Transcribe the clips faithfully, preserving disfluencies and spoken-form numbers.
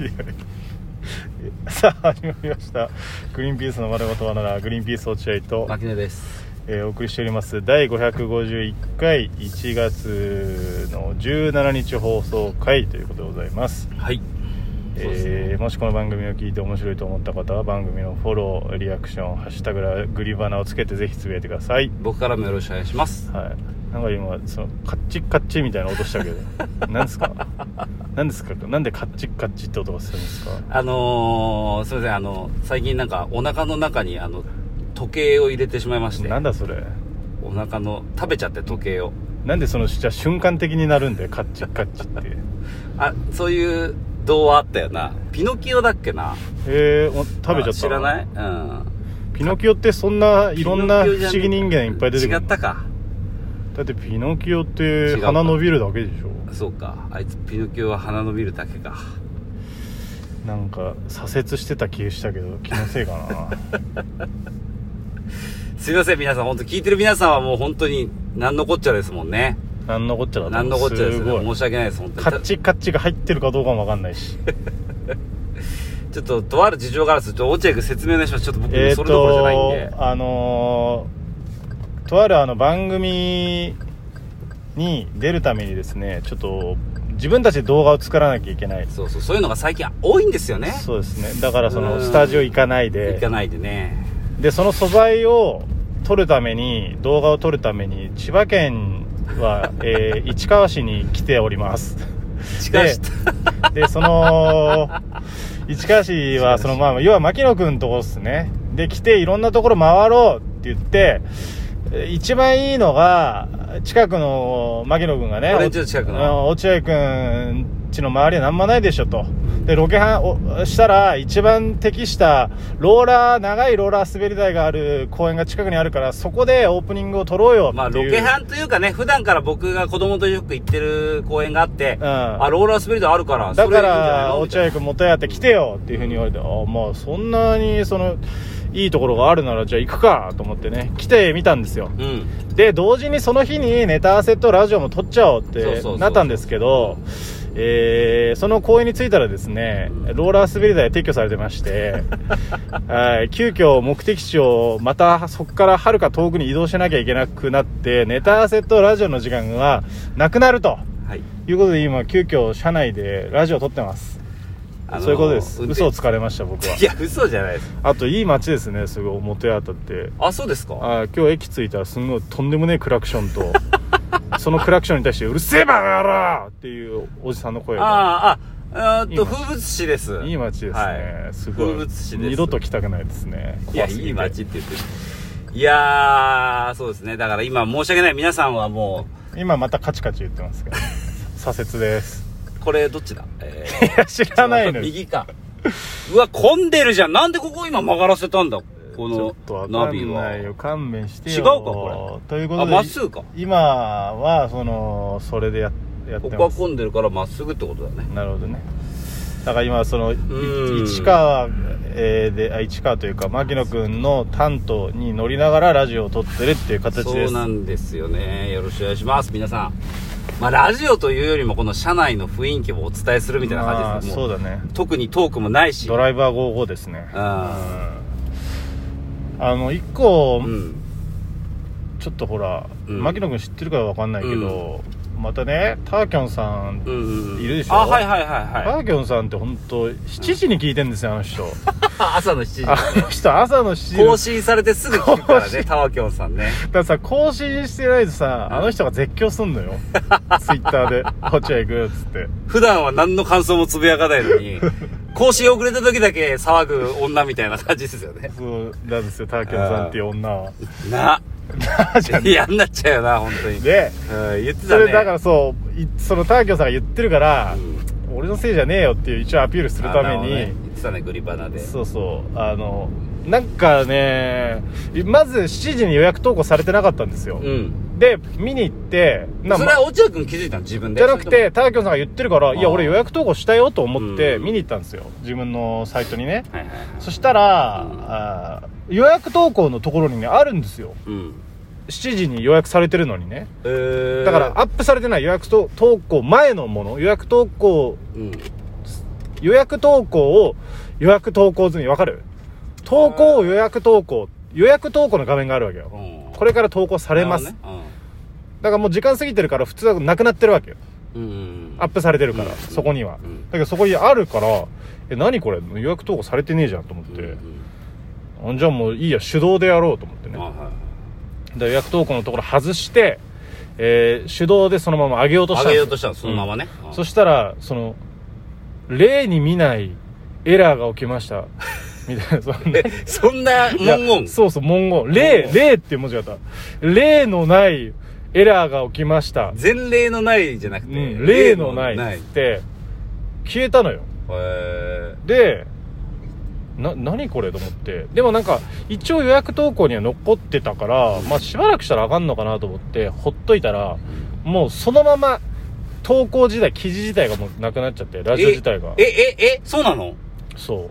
さあ始まりましたグリーンピースの丸ごとバナナ、グリーンピース落合と牧野です、 えー、お送りしておりますだいごひゃくごじゅういっかいいちがつのじゅうしちにち放送回ということでございます。 はい、 えー、もしこの番組を聞いて面白いと思った方は番組のフォロー、リアクション、ハッシュタグラグリバナをつけてぜひつぶやいてください。 僕からもよろしくお願いします。 はい、なんか今そのカッチッカッチみたいな音したけど何ですか何ですかなんでカッチッカッチって音がするんですか？ あのー、すいません、あの最近なんかお腹の中にあの時計を入れてしまいまして。 なんだそれ？ お腹の食べちゃって時計を。なんでそのじゃ瞬間的になるんでカッチッカッチってあ、そういう童話あったよな。ピノキオだっけな。 えー、食べちゃった。 知らない？うん。 ピノキオってそんないろんな不思議人間いっぱい出てくる。 違ったか。 だってピノキオって鼻伸びるだけでしょ。 そうか、あいつピノキオは鼻伸びるだけか。 なんか左折してた気がしたけど気のせいかなすいません皆さん、本当聞いてる皆さんはもう本当に何のこっちゃですもんね。 何のこっちゃだと何のこっちゃですね。申し訳ないです本当に。 カッチカッチが入ってるかどうかも分かんないしちょっととある事情があるんです。ちょっと落合君説明お願いします。ちょっと僕それどころじゃないんで、 えー、とあのー、とあるあの番組に出るためにですね、ちょっと自分たちで動画を作らなきゃいけない。 そうそう、そういうのが最近多いんですよね。 そうですね。だからそのスタジオ行かないで行かないでね。 でその素材を撮るために、動画を撮るために千葉県は、えー、市川市に来ております市川市で, でその市川市はそのまあ要は牧野くんのところですね。で来ていろんなところ回ろうって言って、一番いいのが近くの牧野くんがね、 俺んちの近くの落合くんちの周りは何もないでしょと。でロケハンをしたら一番適したローラー、長いローラー滑り台がある公園が近くにあるから、そこでオープニングを撮ろうよっていう。 まあロケハンというかね、普段から僕が子供とよく行ってる公園があって、うん、あローラー滑り台あるからだから落合くん元やって来てよっていう風に言われて、あまあそんなにそのいいところがあるならじゃあ行くかと思ってね来てみたんですよ、うん、で同時にその日にネタ合わせとラジオも撮っちゃおうってなったんですけど、えー、その公園に着いたらですね、ローラー滑り台撤去されてましてはい、急遽目的地をまたそこからはるか遠くに移動しなきゃいけなくなって、ネタ合わせとラジオの時間がなくなると、はい、いうことで今急遽車内でラジオを撮ってます。あのー、そういうことです。嘘をつかれました僕は。 いや嘘じゃないです。 あといい街ですね、すごい元八幡って。 あ、そうですか。 あ、今日駅着いたらすごいとんでもねえクラクションとそのクラクションに対してうるせえバカ野郎っていうおじさんの声が。 ああああと風物詩です。 いい街ですね、はい、すごい風物詩です。 二度と来たくないですね。 いやいい街って言ってる。いやーそうですね。だから今申し訳ない、皆さんはもう今またカチカチ言ってますけど左折です。 これどっちだ、えー、いや知らないの。 右か。うわ混んでるじゃん。なんでここ今曲がらせたんだこのナビは。 勘弁してよ。 違うかこれ。 ということでまっすぐか。 今はそのそれでややってます。 ここは混んでるからまっすぐってことだね。 なるほどね。だから今その市川、えー、で市川というか牧野くんの担当に乗りながらラジオを撮ってるっていう形です。 そうなんですよね。よろしくお願いします皆さん。まあラジオというよりもこの車内の雰囲気をお伝えするみたいな感じです。 まあ、そうだね。特にトークもないし。 ドライバーごじゅうごですね。 うん。あの一個、 うん、 ちょっとほら、うん、牧野くん知ってるかわかんないけど、うん、またねターキョンさんいるでしょ、うんうんうん、 あはいはいはいはい。 ターキョンさんって本当しちじに聞いてんですよ、あの人朝のしちじ、ね、 あの人朝のしちじ更新されてすぐ聞くからねターキョンさんね。 だからさ更新してないとさ、うん、あの人が絶叫すんのよツイッターで落合行くよっつって。 普段は何の感想もつぶやかないのに更新遅れた時だけ騒ぐ女みたいな感じですよね。 そうなんですよ、ターキョンさんっていう女はな嫌になっちゃうよな本当に。 で、 うん、言ってたね。 それだからそうそのターキョンさんが言ってるから、うん、俺のせいじゃねえよっていう一応アピールするために、 ね、言ってたねグリバナで。 そうそうあのなんかねまずしちじに予約投稿されてなかったんですよ、うん、で見に行ってなそれは落合君気づいたの自分でじゃなくてターキョンさんが言ってるからいや俺予約投稿したよと思って見に行ったんですよ、自分のサイトにね、はいはいはい、そしたら、うん、あ予約投稿のところにねあるんですよ、うん、しちじに予約されてるのにね、えー、だからアップされてない予約投稿前のもの予約投稿、うん予約投稿を予約投稿済み、わかる？投稿を予約投稿、予約投稿の画面があるわけよ。これから投稿されます。ね、だからもう時間過ぎてるから普通はなくなってるわけよ。うんうん、アップされてるから、うん、そこには、うん、だけどそこにあるから、え、何これ予約投稿されてねえじゃんと思って、うんうん、じゃあもういいや、手動でやろうと思ってね。はい、で予約投稿のところ外して、えー、手動でそのまま上げようとしたんですよ。 上げようとしたのそのままね、 うん、そしたらその例に見ないエラーが起きましたみたいなそんなそんな文言。 そうそう、文言。例、例っていう文字だった。例のないエラーが起きました。 前例のないじゃなくて、 うん、例のないって消えたのよ。へー。で、な、何これと思って。でもなんか、一応予約投稿には残ってたから、まあしばらくしたらあかんのかなと思って、ほっといたら、もうそのまま、投稿自体、記事自体がもうなくなっちゃって、ラジオ自体が。 え、え、え、え、そうなの？ そう。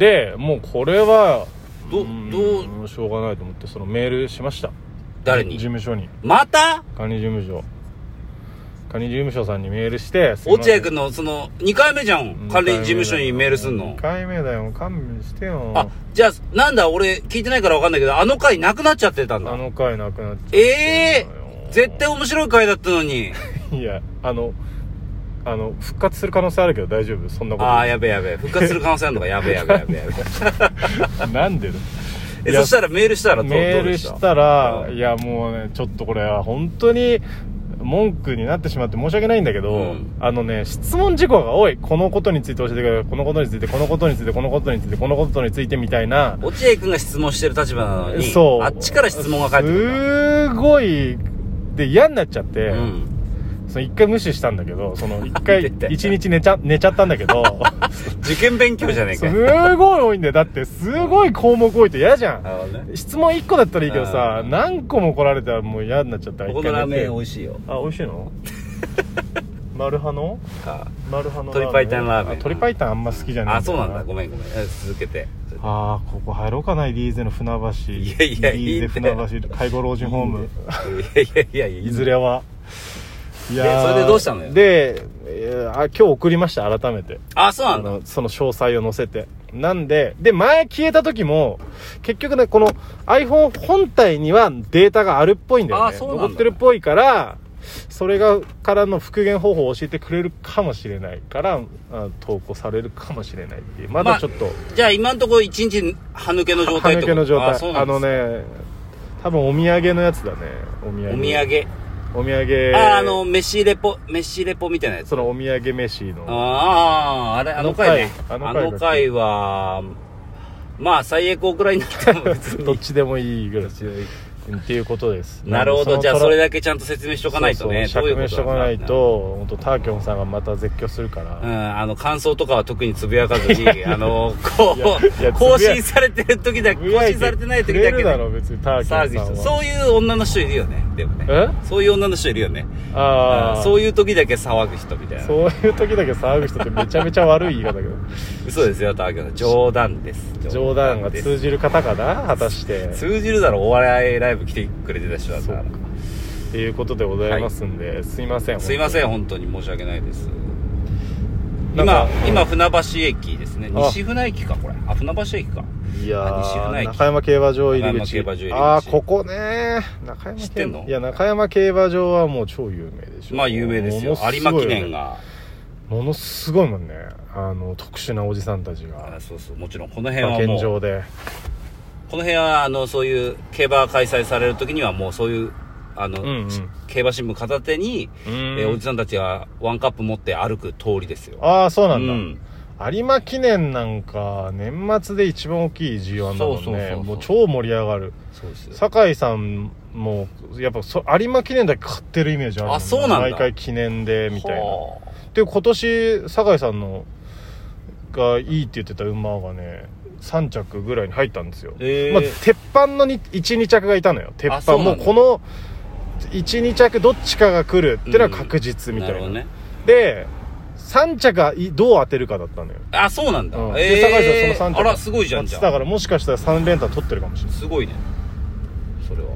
で、もうこれは、 ど、どう、しょうがないと思って、そのメールしました。 誰に？ 事務所に。 また？ 管理事務所。管理事務所さんにメールして、 落合君のそのにかいめじゃん、管理事務所にメールすんの。 にかいめだよ、勘弁してよ。 あ、じゃあなんだ、俺聞いてないから分かんないけど、あの回なくなっちゃってたんだ。 あの回なくなっちゃって。 ええー、絶対面白い回だったのに。 いや、あのあの復活する可能性あるけど大丈夫？そんなこと。 ああ、やべやべ、復活する可能性あるのか。やべやべやべやべ。 なんでだ。 え、そしたらメールしたらどう？ メールしたら、いやもうね、ちょっとこれは本当に文句になってしまって申し訳ないんだけど、うん、あのね、質問事項が多い。このことについて教えてくれ、このことについて、このことについて、このことについて、このことについてみたいな。 落合君が質問してる立場なのに、 そう、 あっちから質問が返ってくる。 すごいで嫌になっちゃって、うん、その一回無視したんだけど、その一回一日寝ちゃ寝ちゃったんだけど、 受験勉強じゃねえか。 すごい多いんだよ。だってすごい項目多いと嫌じゃん。ね、質問いっこだったらいいけどさ、何個も来られたらもう嫌になっちゃったら。 ここのラーメン美味しいよ。 あ、美味しいの？マルハの？マルハの鶏白湯ラーメン。 鶏白湯あんま好きじゃない。 あ、そうなんだ。ごめんごめん。続けて。 ああ、ここ入ろうかな。リーゼの船橋。 いやいや、 リーゼ船橋介護老人ホーム。 いやいやいやいや、 いずれは。いやそれでどうしたのよ。 で、えー、あ、今日送りました。改めて。 あ、そうなんだ。 あのその詳細を載せて。なんで、で、前消えた時も、結局ね、この iPhone 本体にはデータがあるっぽいんだよね。 あ、そうなんだ。 残ってるっぽいから、それがからの復元方法を教えてくれるかもしれないからあ投稿されるかもしれないっていうまだちょっと、まあ、じゃあ今のところいちにち歯抜けの状態歯抜けの状態。 あ, あのね多分お土産のやつだね。お土産お土産お土産ああの飯レポ飯レポみたいなやつ。 そのお土産飯のあああれあの回ねあの 回, あの回はまあ最悪おくらいになっても別にどっちでもいいぐらいっていうことです。 なるほど。じゃあそれだけちゃんと説明しとかないとね。 そうそう、釈明しとかないと本当ターキョンさんがまた絶叫するから。 うん、あの感想とかは特につぶやかずにあのこう更新されてる時だけ更新されてない時だけ、ね、 だろ別にターキョンさんは。 そういう女の人いるよね。でもね。え？そういう女の人いるよね。ああ。そういう時だけ騒ぐ人みたいな。 そういう時だけ騒ぐ人ってめちゃめちゃ悪い言い方だけど。 嘘ですよターキョンさん。冗談です。 冗談が通じる方かな果たして。 通じるだろお笑いライブ来てくれてた人だから。 っていうことでございますんで、はい、すいません。 すいません本当に申し訳ないです。今今船橋駅ですね。西船駅かこれ。あ船橋駅か。 いやー西船駅中山競馬場入り口。ああここね中山知ってんの？ いや中山競馬場はもう超有名でしょ。 まあ有名ですよ。有馬記念がものすごいもんね。あの特殊なおじさんたちが。 あそうそうもちろんこの辺はもう現状で。 この辺はあのそういう競馬開催される時にはもうそういうあの、うんうん、競馬新聞片手に、えー、おじさんたちがワンカップ持って歩く通りですよ。 ああそうなんだ、うん、有馬記念なんか年末で一番大きい ジーワン だもんね。そうそうそうそうもう超盛り上がる。そうですよ。酒井さんもやっぱそ有馬記念だけ買ってるイメージある、ね、 あそうなんだ。 毎回記念でみたいな。で今年酒井さんのがいいって言ってた馬がねさん着ぐらいに入ったんですよ、えーまあ、鉄板のいち、に着がいたのよ。鉄板もうこのいち、に着どっちかが来るっていうのは確実みたいな、うん、なるほどね。でさん着がどう当てるかだったのよ。 あそうなんだ、うん、 で、えー、酒井さんそのさん着あらすごいじゃん。じゃあだからもしかしたらさん連単取ってるかもしれない。 すごいねそれは。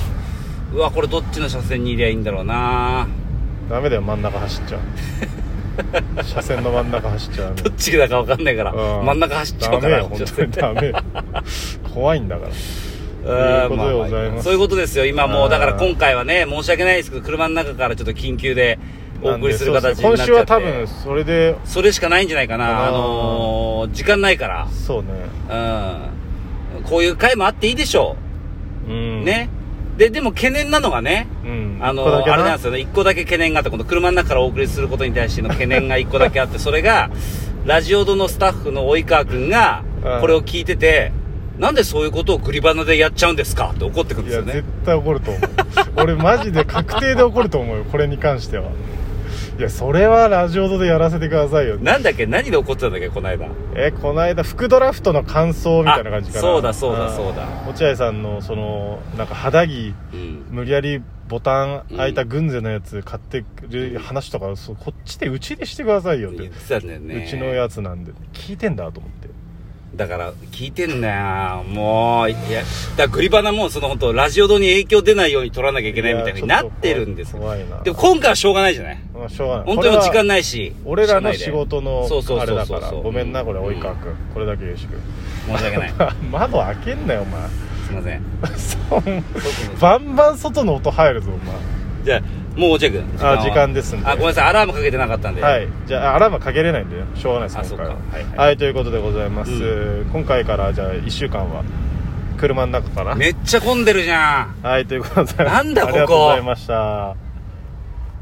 うわこれどっちの車線にいりゃいいんだろうな。 ダメだよ真ん中走っちゃう車線の真ん中走っちゃうどっちだか分かんないから、うん、真ん中走っちゃうからダメよ本当にダメ怖いんだからそういうことでございます、まあまあ、そういうことですよ今もうだから今回はね申し訳ないですけど車の中からちょっと緊急でお送りする形になっちゃって、 今週は多分それでそれしかないんじゃないかな。あのー、時間ないからそうね、 うん、こういう回もあっていいでしょう、うん、ね。ででも懸念なのがね、うん、あのー、あれなんですよね。一個だけ懸念があって、この車の中からお送りすることに対しての懸念が一個だけあってそれがラジオドのスタッフの及川君がこれを聞いてて、なんでそういうことをグリバナでやっちゃうんですかって怒ってくるんですよね。 いや絶対怒ると思う俺マジで確定で怒ると思うよこれに関しては。いやそれはラジオでやらせてくださいよ。 なんだっけ、何で怒ってたんだっけこの間。 えこの間副ドラフトの感想みたいな感じかな。 そうだそうだそうだ、 落合さんのそのなんか肌着、うん、無理やりボタン開いた軍勢のやつ買ってる話とか、うん、そうこっちでうちでしてくださいよって言ってたんだよね。うちのやつなんで聞いてんだと思って。だから聞いてんだよもう。いやだからグリバナもその本当ラジオドに影響出ないように取らなきゃいけないみたいになってるんですよ。 怖いな。 でも今回はしょうがないじゃない、 まあ、しょうがない。 本当にも時間ないし俺らの仕事のあれだからごめんなこれ及川君、うん、これだけよろしく申し訳ない窓開けんなよお前すいませんバンバン外の音入るぞお前。 じゃあもう落合君あ時間ですんで。 あごめんなさいアラームかけてなかったんで。 はいじゃあアラームかけれないんでしょうがないです。今回は、はいはい、はい、ということでございます、うん、今回からじゃあいっしゅうかんは車の中かな。 めっちゃ混んでるじゃん。 はいということでなんだここありがとうございました。